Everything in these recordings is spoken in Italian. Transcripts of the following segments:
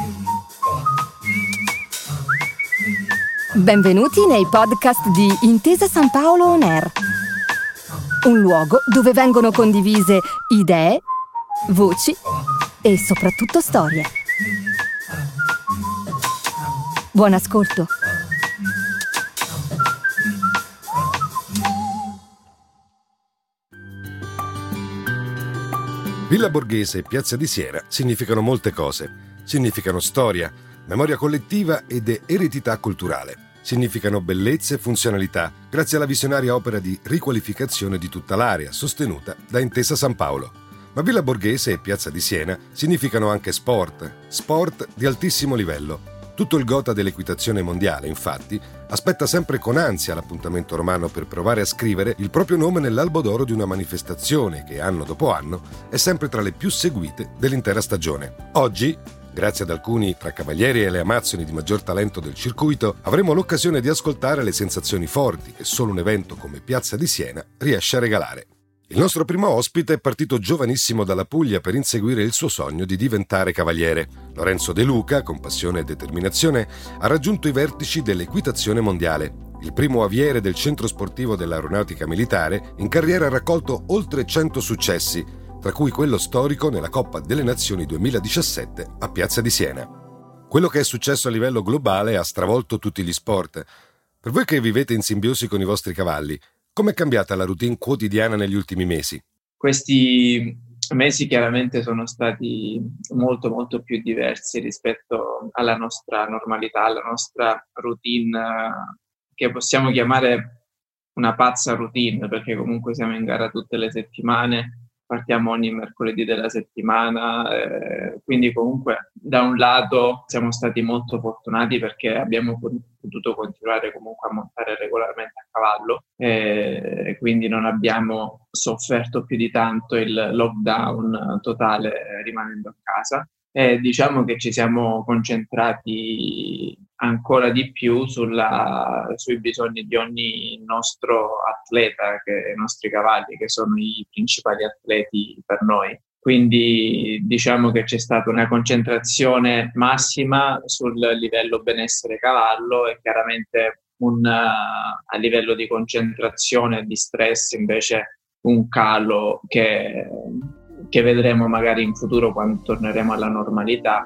Benvenuti nei podcast di Intesa San Paolo On Air, un luogo dove vengono condivise idee, voci e soprattutto storie. Buon ascolto. Villa Borghese e Piazza di Siena significano molte cose. Significano storia, memoria collettiva ed eredità culturale. Significano bellezza e funzionalità, grazie alla visionaria opera di riqualificazione di tutta l'area, sostenuta da Intesa San Paolo. Ma Villa Borghese e Piazza di Siena significano anche sport di altissimo livello. Tutto il gotha dell'equitazione mondiale, infatti, aspetta sempre con ansia l'appuntamento romano per provare a scrivere il proprio nome nell'albo d'oro di una manifestazione che, anno dopo anno, è sempre tra le più seguite dell'intera stagione. Oggi, grazie ad alcuni tra cavalieri e le amazzoni di maggior talento del circuito, avremo l'occasione di ascoltare le sensazioni forti che solo un evento come Piazza di Siena riesce a regalare. Il nostro primo ospite è partito giovanissimo dalla Puglia per inseguire il suo sogno di diventare cavaliere. Lorenzo De Luca, con passione e determinazione, ha raggiunto i vertici dell'equitazione mondiale. Il primo aviere del centro sportivo dell'Aeronautica Militare, in carriera ha raccolto oltre 100 successi, tra cui quello storico nella Coppa delle Nazioni 2017 a Piazza di Siena. Quello che è successo a livello globale ha stravolto tutti gli sport. Per voi che vivete in simbiosi con i vostri cavalli, com'è cambiata la routine quotidiana negli ultimi mesi? Questi mesi chiaramente sono stati molto più diversi rispetto alla nostra normalità, alla nostra routine, che possiamo chiamare una pazza routine, perché comunque siamo in gara tutte le settimane, partiamo ogni mercoledì della settimana, quindi comunque da un lato siamo stati molto fortunati perché abbiamo potuto continuare comunque a montare regolarmente a cavallo, e quindi non abbiamo sofferto più di tanto il lockdown totale rimanendo a casa. E diciamo che ci siamo concentrati ancora di più sui bisogni di ogni nostro atleta, i nostri cavalli, che sono i principali atleti per noi. Quindi diciamo che c'è stata una concentrazione massima sul livello benessere cavallo e chiaramente a livello di concentrazione e di stress invece un calo che vedremo magari in futuro quando torneremo alla normalità.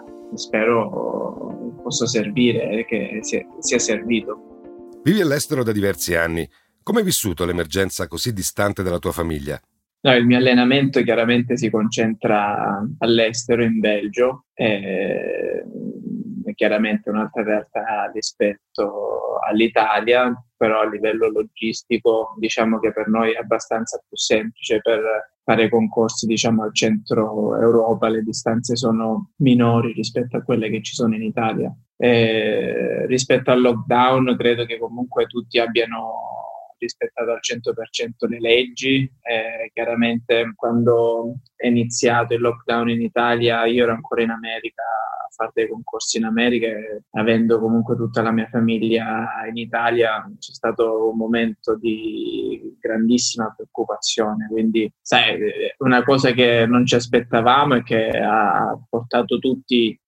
Spero possa servire e che sia servito. Vivi all'estero da diversi anni. Come hai vissuto l'emergenza così distante dalla tua famiglia? No, il mio allenamento chiaramente si concentra all'estero, in Belgio, è chiaramente un'altra realtà rispetto all'Italia, però a livello logistico diciamo che per noi è abbastanza più semplice. Per fare concorsi al centro Europa le distanze sono minori rispetto a quelle che ci sono in Italia. Rispetto al lockdown credo che comunque tutti abbiano rispettato al 100% le leggi. Chiaramente quando è iniziato il lockdown in Italia io ero ancora in America a fare dei concorsi in America, e avendo comunque tutta la mia famiglia in Italia c'è stato un momento di grandissima preoccupazione, quindi sai, una cosa che non ci aspettavamo e che ha portato tutti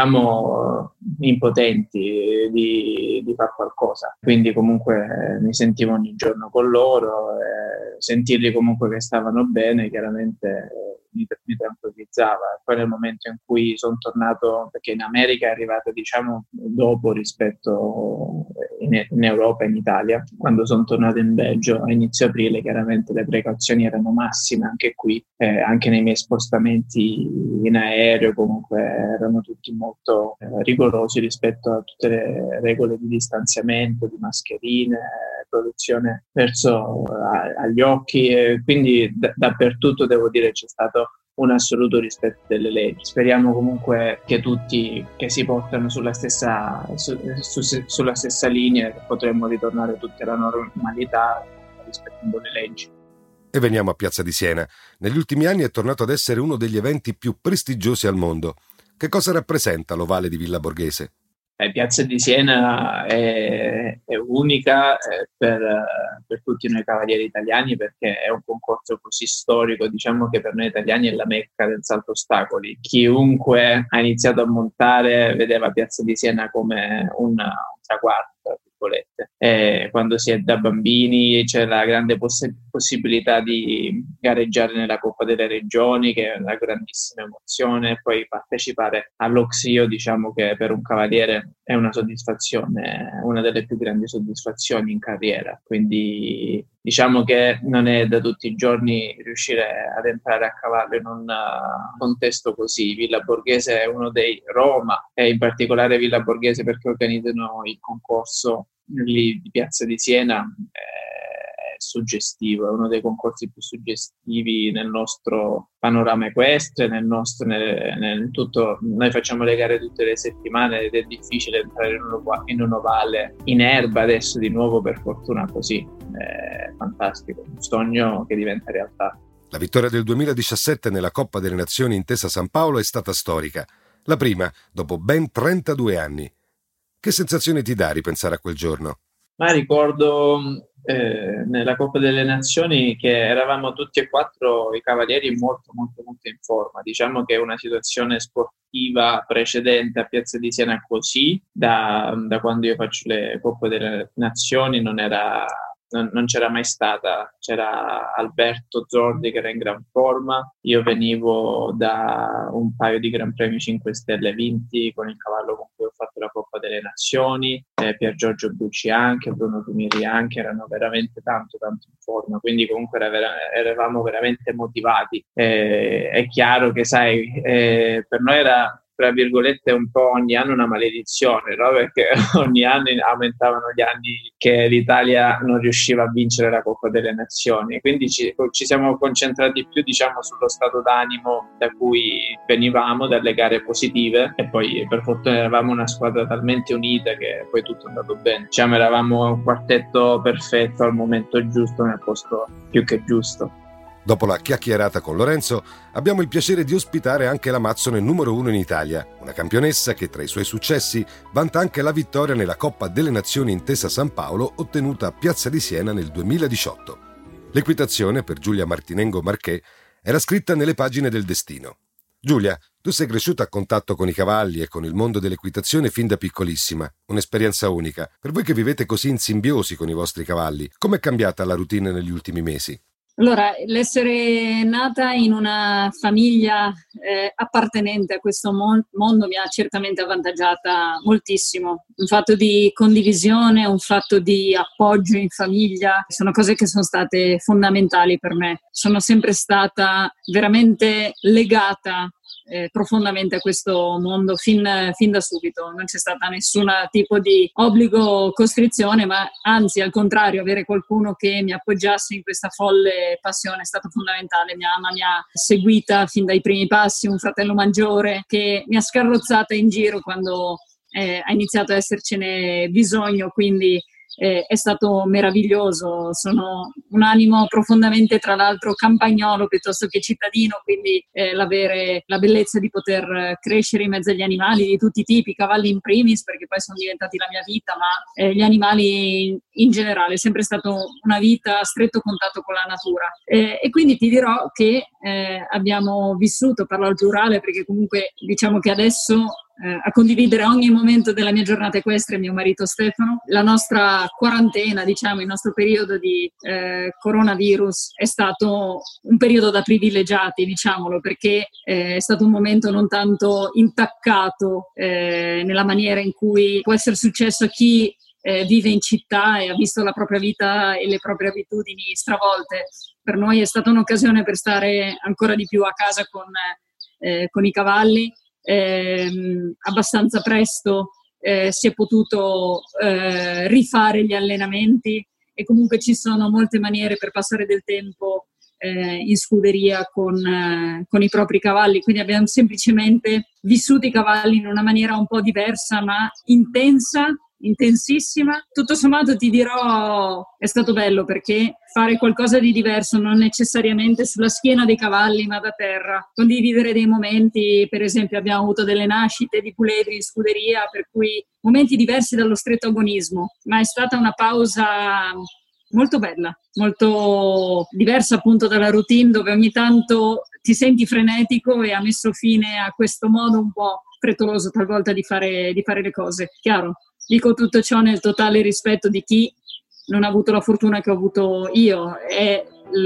impotenti di far qualcosa. Quindi comunque mi sentivo ogni giorno con loro, e sentirli comunque che stavano bene chiaramente mi tranquillizzava. Poi nel momento in cui sono tornato, perché in America è arrivato dopo rispetto in Europa e in Italia, quando sono tornato in Belgio a inizio aprile chiaramente le precauzioni erano massime anche qui, anche nei miei spostamenti in aereo comunque erano tutti molto rigorosi rispetto a tutte le regole di distanziamento, di mascherine, protezione verso agli occhi, e quindi dappertutto devo dire c'è stato un assoluto rispetto delle leggi. Speriamo comunque che tutti che si portano sulla stessa linea potremmo ritornare tutti alla normalità rispettando le leggi. E veniamo a Piazza di Siena. Negli ultimi anni è tornato ad essere uno degli eventi più prestigiosi al mondo. Che cosa rappresenta l'ovale di Villa Borghese? Piazza di Siena è unica per tutti noi cavalieri italiani, perché è un concorso così storico. Diciamo che per noi italiani è la mecca del salto ostacoli. Chiunque ha iniziato a montare vedeva Piazza di Siena come un traguardo, tra virgolette. Quando si è da bambini c'è la grande possibilità di gareggiare nella Coppa delle Regioni, che è una grandissima emozione, e poi partecipare all'Oxio, diciamo che per un cavaliere è una soddisfazione, una delle più grandi soddisfazioni in carriera. Quindi diciamo che non è da tutti i giorni riuscire ad entrare a cavallo in un contesto così. Villa Borghese è uno dei Roma, e in particolare Villa Borghese, perché organizzano il concorso lì di Piazza di Siena, è suggestivo, è uno dei concorsi più suggestivi nel nostro panorama equestre, nel tutto. Noi facciamo le gare tutte le settimane ed è difficile entrare in un ovale in erba adesso di nuovo, per fortuna così. È fantastico, un sogno che diventa realtà. La vittoria del 2017 nella Coppa delle Nazioni Intesa San Paolo è stata storica, la prima dopo ben 32 anni. Che sensazione ti dà ripensare a quel giorno? Ma ricordo nella Coppa delle Nazioni che eravamo tutti e quattro i cavalieri molto molto molto in forma. Diciamo che una situazione sportiva precedente a Piazza di Siena così, da quando io faccio le Coppe delle Nazioni, non c'era mai stata. C'era Alberto Zordi che era in gran forma, io venivo da un paio di Gran Premi 5 Stelle vinti con il cavallo con cui ho fatto la Coppa delle Nazioni, Pier Giorgio Bucci anche, Bruno Tumiri anche, erano veramente tanto in forma, quindi comunque eravamo veramente motivati. È chiaro che, sai, per noi era, tra virgolette, un po' ogni anno una maledizione, no? Perché ogni anno aumentavano gli anni che l'Italia non riusciva a vincere la Coppa delle Nazioni, quindi ci siamo concentrati più, diciamo, sullo stato d'animo da cui venivamo, dalle gare positive, e poi per fortuna eravamo una squadra talmente unita che poi tutto è andato bene. Diciamo, eravamo un quartetto perfetto al momento giusto, nel posto più che giusto. Dopo la chiacchierata con Lorenzo, abbiamo il piacere di ospitare anche la mazzone numero 1 in Italia, una campionessa che tra i suoi successi vanta anche la vittoria nella Coppa delle Nazioni Intesa San Paolo ottenuta a Piazza di Siena nel 2018. L'equitazione per Giulia Martinengo Marché era scritta nelle pagine del destino. Giulia, tu sei cresciuta a contatto con i cavalli e con il mondo dell'equitazione fin da piccolissima, un'esperienza unica. Per voi che vivete così in simbiosi con i vostri cavalli, com'è cambiata la routine negli ultimi mesi? Allora, l'essere nata in una famiglia appartenente a questo mondo mi ha certamente avvantaggiata moltissimo. Un fatto di condivisione, un fatto di appoggio in famiglia, sono cose che sono state fondamentali per me. Sono sempre stata veramente legata profondamente a questo mondo fin da subito. Non c'è stata nessun tipo di obbligo o costrizione, ma anzi, al contrario, avere qualcuno che mi appoggiasse in questa folle passione è stato fondamentale. Mia mamma mi ha seguita fin dai primi passi, un fratello maggiore che mi ha scarrozzata in giro quando ha iniziato a essercene bisogno, quindi è stato meraviglioso. Sono un animo profondamente, tra l'altro, campagnolo piuttosto che cittadino, quindi l'avere la bellezza di poter crescere in mezzo agli animali di tutti i tipi, i cavalli in primis, perché poi sono diventati la mia vita, ma gli animali in generale, è sempre stato una vita a stretto contatto con la natura. E quindi ti dirò che abbiamo vissuto, parlo al plurale perché comunque diciamo che adesso a condividere ogni momento della mia giornata equestre mio marito Stefano. La nostra quarantena, diciamo, il nostro periodo di coronavirus è stato un periodo da privilegiati, diciamolo, perché è stato un momento non tanto intaccato nella maniera in cui può essere successo a chi vive in città e ha visto la propria vita e le proprie abitudini stravolte. Per noi è stata un'occasione per stare ancora di più a casa con i cavalli. Abbastanza presto si è potuto rifare gli allenamenti e comunque ci sono molte maniere per passare del tempo in scuderia con i propri cavalli, quindi abbiamo semplicemente vissuto i cavalli in una maniera un po' diversa ma intensa intensissima. Tutto sommato ti dirò, è stato bello perché fare qualcosa di diverso, non necessariamente sulla schiena dei cavalli ma da terra, condividere dei momenti, per esempio abbiamo avuto delle nascite di puledri in scuderia, per cui momenti diversi dallo stretto agonismo, ma è stata una pausa molto bella, molto diversa appunto dalla routine, dove ogni tanto ti senti frenetico, e ha messo fine a questo modo un po' frettoloso talvolta di fare le cose. Chiaro, dico tutto ciò nel totale rispetto di chi non ha avuto la fortuna che ho avuto io. È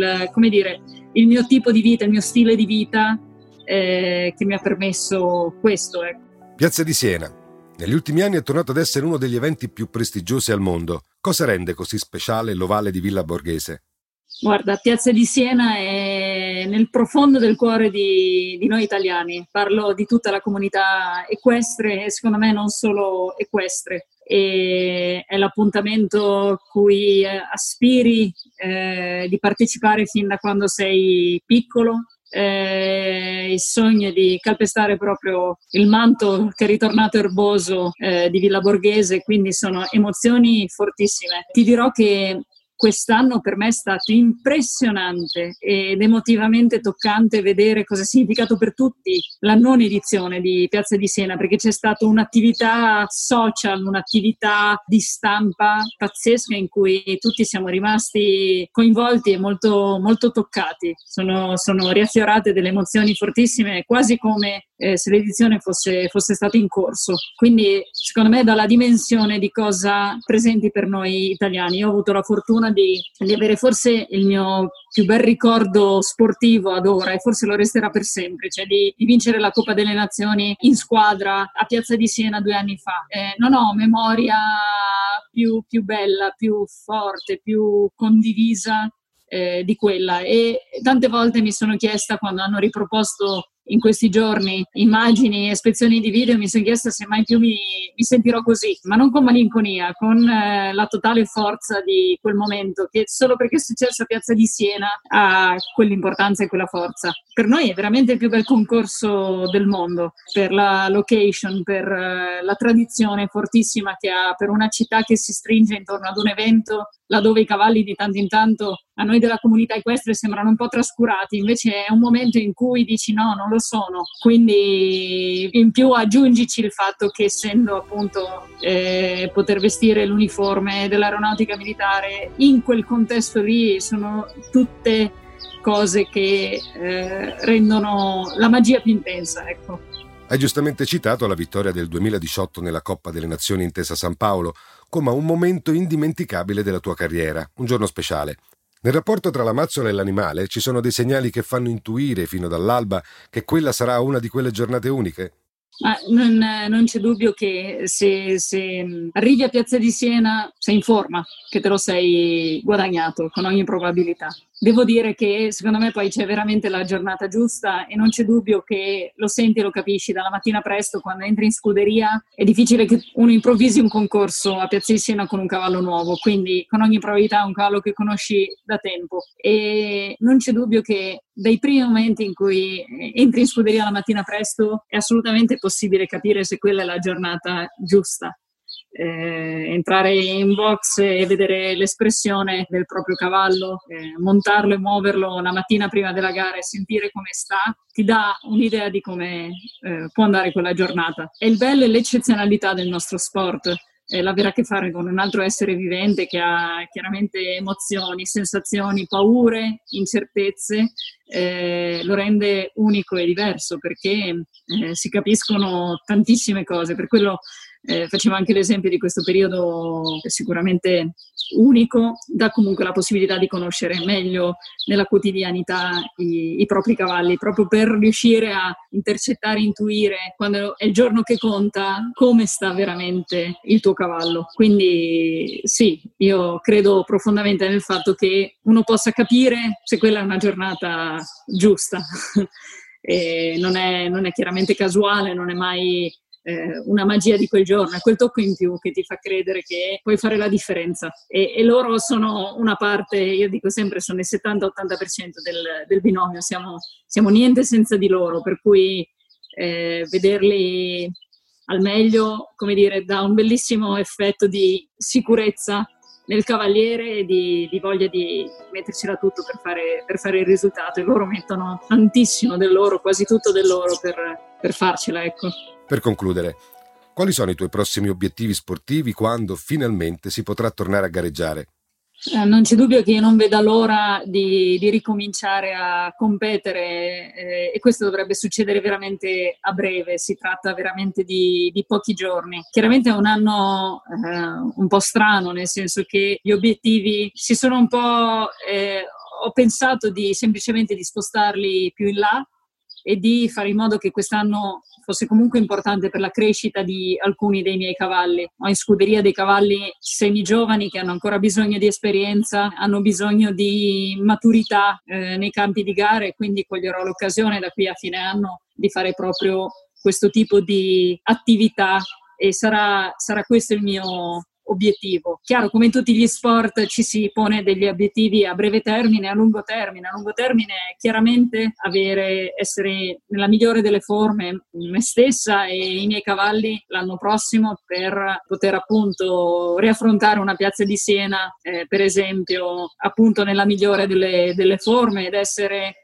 il mio tipo di vita, il mio stile di vita che mi ha permesso questo. Piazza di Siena. Negli ultimi anni è tornato ad essere uno degli eventi più prestigiosi al mondo. Cosa rende così speciale l'ovale di Villa Borghese? Guarda, Piazza di Siena è nel profondo del cuore di noi italiani. Parlo di tutta la comunità equestre e secondo me non solo equestre. E è l'appuntamento cui aspiri di partecipare fin da quando sei piccolo. Il sogno di calpestare proprio il manto che è ritornato erboso di Villa Borghese, quindi sono emozioni fortissime. Ti dirò che quest'anno per me è stato impressionante ed emotivamente toccante vedere cosa ha significato per tutti la non edizione di Piazza di Siena, perché c'è stata un'attività social, un'attività di stampa pazzesca in cui tutti siamo rimasti coinvolti e molto, molto toccati. Sono riaffiorate delle emozioni fortissime, quasi come se l'edizione fosse stata in corso. Quindi secondo me dalla dimensione di cosa presenti per noi italiani. Io ho avuto la fortuna di avere forse il mio più bel ricordo sportivo ad ora, e forse lo resterà per sempre, cioè di vincere la Coppa delle Nazioni in squadra a Piazza di Siena 2 anni fa. Non ho memoria più bella, più forte, più condivisa di quella, e tante volte mi sono chiesta, quando hanno riproposto in questi giorni immagini e spezzoni di video, mi sono chiesta se mai più mi sentirò così, ma non con malinconia, con la totale forza di quel momento, che solo perché è successo a Piazza di Siena ha quell'importanza e quella forza. Per noi è veramente il più bel concorso del mondo, per la location, per la tradizione fortissima che ha, per una città che si stringe intorno ad un evento laddove i cavalli di tanto in tanto a noi della comunità equestre sembrano un po' trascurati, invece è un momento in cui dici no, non lo sono. Quindi in più aggiungici il fatto che, essendo appunto poter vestire l'uniforme dell'aeronautica militare in quel contesto lì, sono tutte cose che rendono la magia più intensa, ecco. Hai giustamente citato la vittoria del 2018 nella Coppa delle Nazioni Intesa San Paolo come un momento indimenticabile della tua carriera, un giorno speciale. Nel rapporto tra la mazzola e l'animale ci sono dei segnali che fanno intuire fino dall'alba che quella sarà una di quelle giornate uniche? Non c'è dubbio che se arrivi a Piazza di Siena sei in forma, che te lo sei guadagnato con ogni probabilità. Devo dire che secondo me poi c'è veramente la giornata giusta, e non c'è dubbio che lo senti e lo capisci dalla mattina presto. Quando entri in scuderia è difficile che uno improvvisi un concorso a Piazza di Siena con un cavallo nuovo, quindi con ogni probabilità è un cavallo che conosci da tempo, e non c'è dubbio che dai primi momenti in cui entri in scuderia la mattina presto è assolutamente possibile capire se quella è la giornata giusta. Entrare in box e vedere l'espressione del proprio cavallo, montarlo e muoverlo la mattina prima della gara e sentire come sta, ti dà un'idea di come può andare quella giornata. È il bello e l'eccezionalità del nostro sport. L'avere a che fare con un altro essere vivente che ha chiaramente emozioni, sensazioni, paure, incertezze, lo rende unico e diverso, perché si capiscono tantissime cose. Per quello facevo anche l'esempio di questo periodo sicuramente unico, dà comunque la possibilità di conoscere meglio nella quotidianità i propri cavalli, proprio per riuscire a intercettare, intuire quando è il giorno che conta come sta veramente il tuo cavallo. Quindi sì, io credo profondamente nel fatto che uno possa capire se quella è una giornata giusta. E non è chiaramente casuale, non è mai una magia di quel giorno, è quel tocco in più che ti fa credere che puoi fare la differenza, e loro sono una parte, io dico sempre, sono il 70-80% del binomio, siamo niente senza di loro, per cui vederli al meglio, come dire, dà un bellissimo effetto di sicurezza nel cavaliere e di voglia di mettercela tutto per fare il risultato, e loro mettono tantissimo del loro, quasi tutto del loro per farcela, ecco. Per concludere, quali sono i tuoi prossimi obiettivi sportivi quando finalmente si potrà tornare a gareggiare? Non c'è dubbio che io non veda l'ora di ricominciare a competere, e questo dovrebbe succedere veramente a breve. Si tratta veramente di pochi giorni. Chiaramente è un anno un po' strano, nel senso che gli obiettivi si sono un po'... ho pensato semplicemente di spostarli più in là e di fare in modo che quest'anno fosse comunque importante per la crescita di alcuni dei miei cavalli. Ho in scuderia dei cavalli semigiovani che hanno ancora bisogno di esperienza, hanno bisogno di maturità nei campi di gare, e quindi coglierò l'occasione da qui a fine anno di fare proprio questo tipo di attività, e sarà questo il mio obiettivo. Chiaro, come in tutti gli sport ci si pone degli obiettivi a breve termine e a lungo termine. A lungo termine chiaramente essere nella migliore delle forme me stessa e i miei cavalli l'anno prossimo, per poter appunto riaffrontare una piazza di Siena, per esempio, appunto nella migliore delle forme, ed essere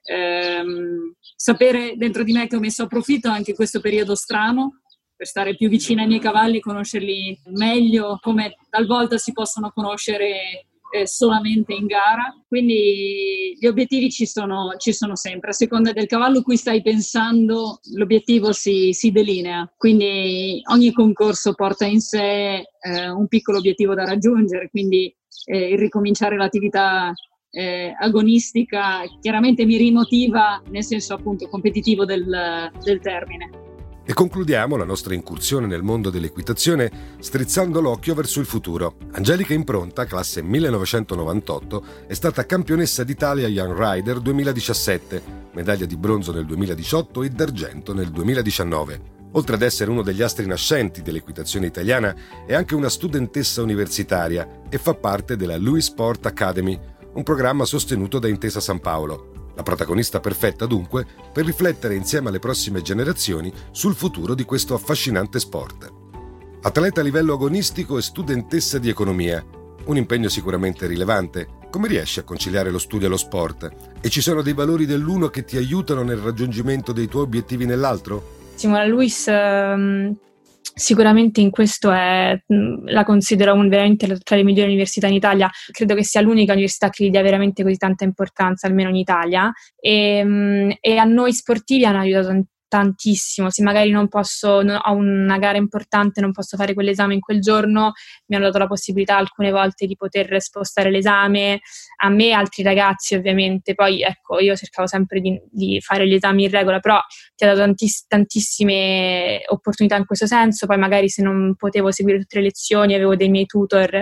sapere dentro di me che ho messo a profitto anche questo periodo strano per stare più vicino ai miei cavalli, conoscerli meglio, come talvolta si possono conoscere solamente in gara. Quindi gli obiettivi ci sono sempre. A seconda del cavallo cui stai pensando, l'obiettivo si delinea. Quindi ogni concorso porta in sé un piccolo obiettivo da raggiungere, quindi il ricominciare l'attività agonistica chiaramente mi rimotiva nel senso appunto competitivo del termine. E concludiamo la nostra incursione nel mondo dell'equitazione strizzando l'occhio verso il futuro. Angelica Impronta, classe 1998, è stata campionessa d'Italia Young Rider 2017, medaglia di bronzo nel 2018 e d'argento nel 2019. Oltre ad essere uno degli astri nascenti dell'equitazione italiana, è anche una studentessa universitaria e fa parte della Louis Sport Academy, un programma sostenuto da Intesa San Paolo. La protagonista perfetta, dunque, per riflettere insieme alle prossime generazioni sul futuro di questo affascinante sport. Atleta a livello agonistico e studentessa di economia. Un impegno sicuramente rilevante. Come riesci a conciliare lo studio e lo sport? E ci sono dei valori dell'uno che ti aiutano nel raggiungimento dei tuoi obiettivi nell'altro? La Louis sicuramente in questo la considero veramente tra le migliori università in Italia. Credo che sia l'unica università che gli dia veramente così tanta importanza, almeno in Italia, e a noi sportivi hanno aiutato tantissimo. Se magari ho una gara importante, non posso fare quell'esame in quel giorno, mi hanno dato la possibilità alcune volte di poter spostare l'esame, a me e altri ragazzi ovviamente. Poi ecco, io cercavo sempre di fare gli esami in regola, però ti ha dato tantissime opportunità in questo senso. Poi magari se non potevo seguire tutte le lezioni avevo dei miei tutor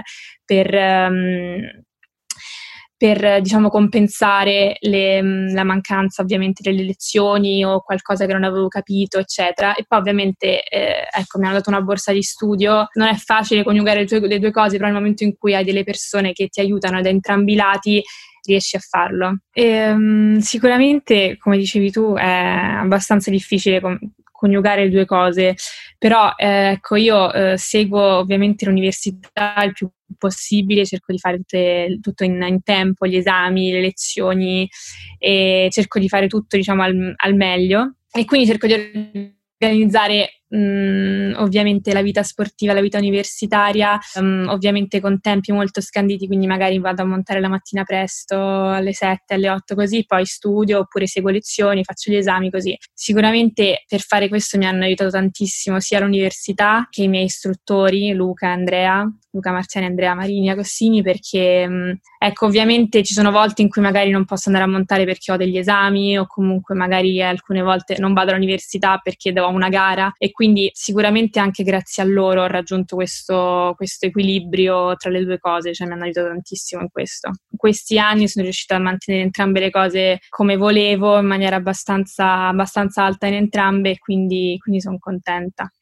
per diciamo compensare la mancanza ovviamente delle lezioni o qualcosa che non avevo capito, eccetera. E poi ovviamente mi hanno dato una borsa di studio. Non è facile coniugare le due cose, però nel momento in cui hai delle persone che ti aiutano da entrambi i lati riesci a farlo. Sicuramente, come dicevi tu, è abbastanza difficile coniugare le due cose, però io seguo ovviamente l'università il più possibile, cerco di fare tutto in tempo, gli esami, le lezioni, e cerco di fare tutto diciamo al meglio, e quindi cerco di organizzare ovviamente la vita sportiva, la vita universitaria, ovviamente con tempi molto scanditi, quindi magari vado a montare la mattina presto alle 7, alle 8 così, poi studio oppure seguo lezioni, faccio gli esami così. Sicuramente per fare questo mi hanno aiutato tantissimo sia l'università che i miei istruttori Luca Marziani e Andrea Marini Agostini, perché ovviamente ci sono volte in cui magari non posso andare a montare perché ho degli esami, o comunque magari alcune volte non vado all'università perché devo una gara, e quindi sicuramente anche grazie a loro ho raggiunto questo equilibrio tra le due cose, cioè mi hanno aiutato tantissimo in questo. In questi anni sono riuscita a mantenere entrambe le cose come volevo, in maniera abbastanza alta in entrambe, e quindi sono contenta.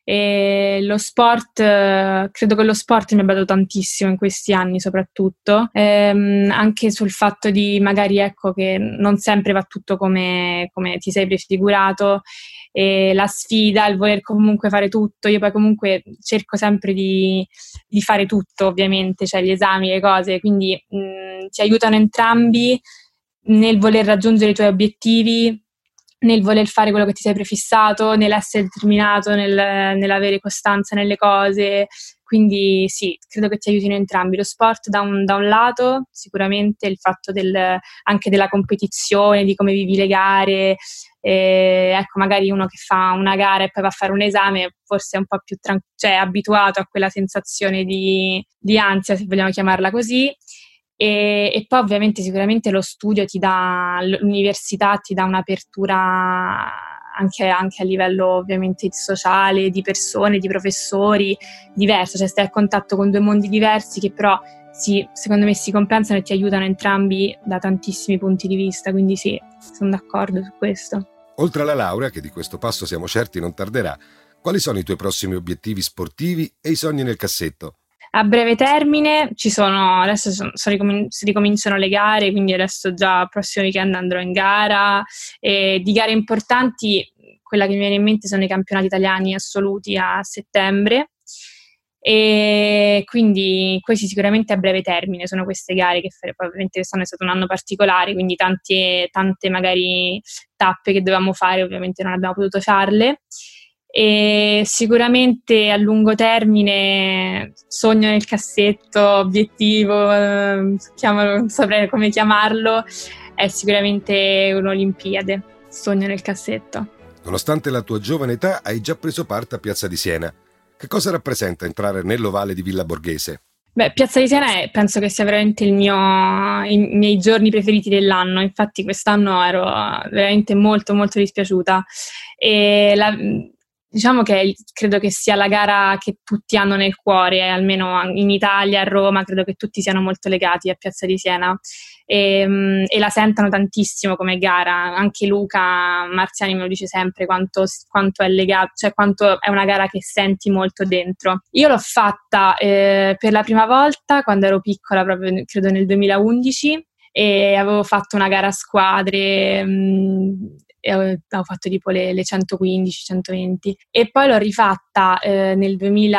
E lo sport, credo che lo sport mi abbia dato tantissimo in questi anni soprattutto, anche sul fatto di magari che non sempre va tutto come ti sei prefigurato, e la sfida, il voler comunque fare tutto. Io poi comunque cerco sempre di fare tutto, ovviamente, cioè gli esami, le cose, quindi ti aiutano entrambi nel voler raggiungere i tuoi obiettivi, nel voler fare quello che ti sei prefissato, nell'essere determinato, nell'avere costanza nelle cose. Quindi sì, credo che ti aiutino entrambi. Lo sport da un lato, sicuramente il fatto anche della competizione, di come vivi le gare. Magari uno che fa una gara e poi va a fare un esame forse è un po' più abituato a quella sensazione di ansia, se vogliamo chiamarla così. E poi ovviamente sicuramente lo studio l'università ti dà un'apertura anche a livello ovviamente sociale, di persone, di professori diverso, cioè stai a contatto con due mondi diversi che però secondo me si compensano e ti aiutano entrambi da tantissimi punti di vista, quindi sì, sono d'accordo su questo. Oltre alla laurea, che di questo passo siamo certi non tarderà, quali sono i tuoi prossimi obiettivi sportivi e i sogni nel cassetto? A breve termine adesso si ricominciano le gare, quindi adesso già il prossimo weekend andrò in gara. E di gare importanti, quella che mi viene in mente sono i campionati italiani assoluti a settembre, e quindi questi sicuramente a breve termine sono queste gare che ovviamente quest'anno è stato un anno particolare, quindi tante magari tappe che dovevamo fare ovviamente non abbiamo potuto farle. E sicuramente a lungo termine, sogno nel cassetto, obiettivo, non saprei come chiamarlo, è sicuramente un'Olimpiade, sogno nel cassetto. Nonostante la tua giovane età, hai già preso parte a Piazza di Siena. Che cosa rappresenta entrare nell'ovale di Villa Borghese? Piazza di Siena penso che sia veramente i miei giorni preferiti dell'anno. Infatti quest'anno ero veramente molto molto dispiaciuta, e diciamo che credo che sia la gara che tutti hanno nel cuore, almeno in Italia, a Roma, credo che tutti siano molto legati a Piazza di Siena e la sentono tantissimo come gara. Anche Luca Marziani me lo dice sempre quanto è legato, cioè quanto è una gara che senti molto dentro. Io l'ho fatta per la prima volta quando ero piccola, proprio credo nel 2011, e avevo fatto una gara a squadre, avevo fatto tipo le 115-120, e poi l'ho rifatta nel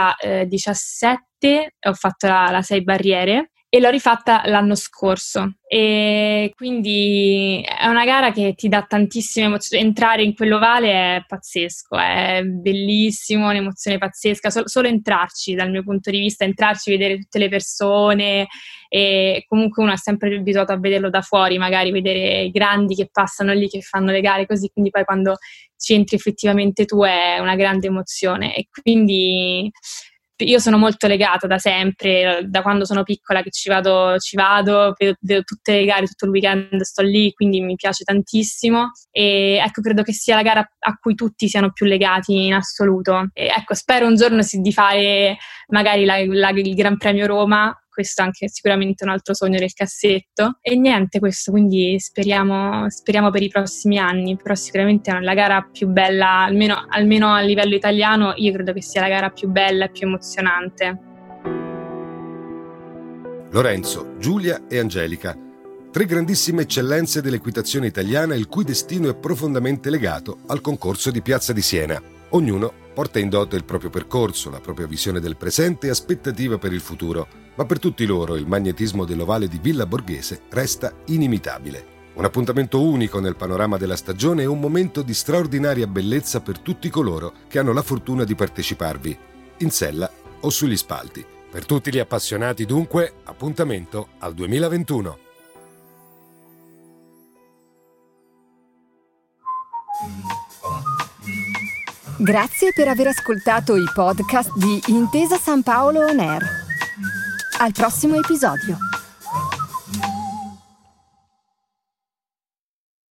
2017, ho fatto la 6 barriere e l'ho rifatta l'anno scorso, e quindi è una gara che ti dà tantissime emozioni. Entrare in quell'ovale è pazzesco, è bellissimo, un'emozione pazzesca, solo entrarci, dal mio punto di vista, vedere tutte le persone, e comunque uno è sempre più abituato a vederlo da fuori, magari vedere i grandi che passano lì, che fanno le gare così, quindi poi quando ci entri effettivamente tu è una grande emozione. E quindi io sono molto legata da sempre, da quando sono piccola che ci vado, vedo tutte le gare, tutto il weekend sto lì, quindi mi piace tantissimo, e credo che sia la gara a cui tutti siano più legati in assoluto. E spero un giorno di fare magari il Gran Premio Roma. Questo anche sicuramente un altro sogno del cassetto, e niente, questo, quindi speriamo per i prossimi anni. Però sicuramente è la gara più bella, almeno a livello italiano, io credo che sia la gara più bella e più emozionante. Lorenzo, Giulia e Angelica, 3 grandissime eccellenze dell'equitazione italiana, il cui destino è profondamente legato al concorso di Piazza di Siena. Ognuno porta in dote il proprio percorso, la propria visione del presente e aspettativa per il futuro, ma per tutti loro il magnetismo dell'ovale di Villa Borghese resta inimitabile. Un appuntamento unico nel panorama della stagione e un momento di straordinaria bellezza per tutti coloro che hanno la fortuna di parteciparvi, in sella o sugli spalti. Per tutti gli appassionati, dunque, appuntamento al 2021. Grazie per aver ascoltato i podcast di Intesa San Paolo On Air. Al prossimo episodio.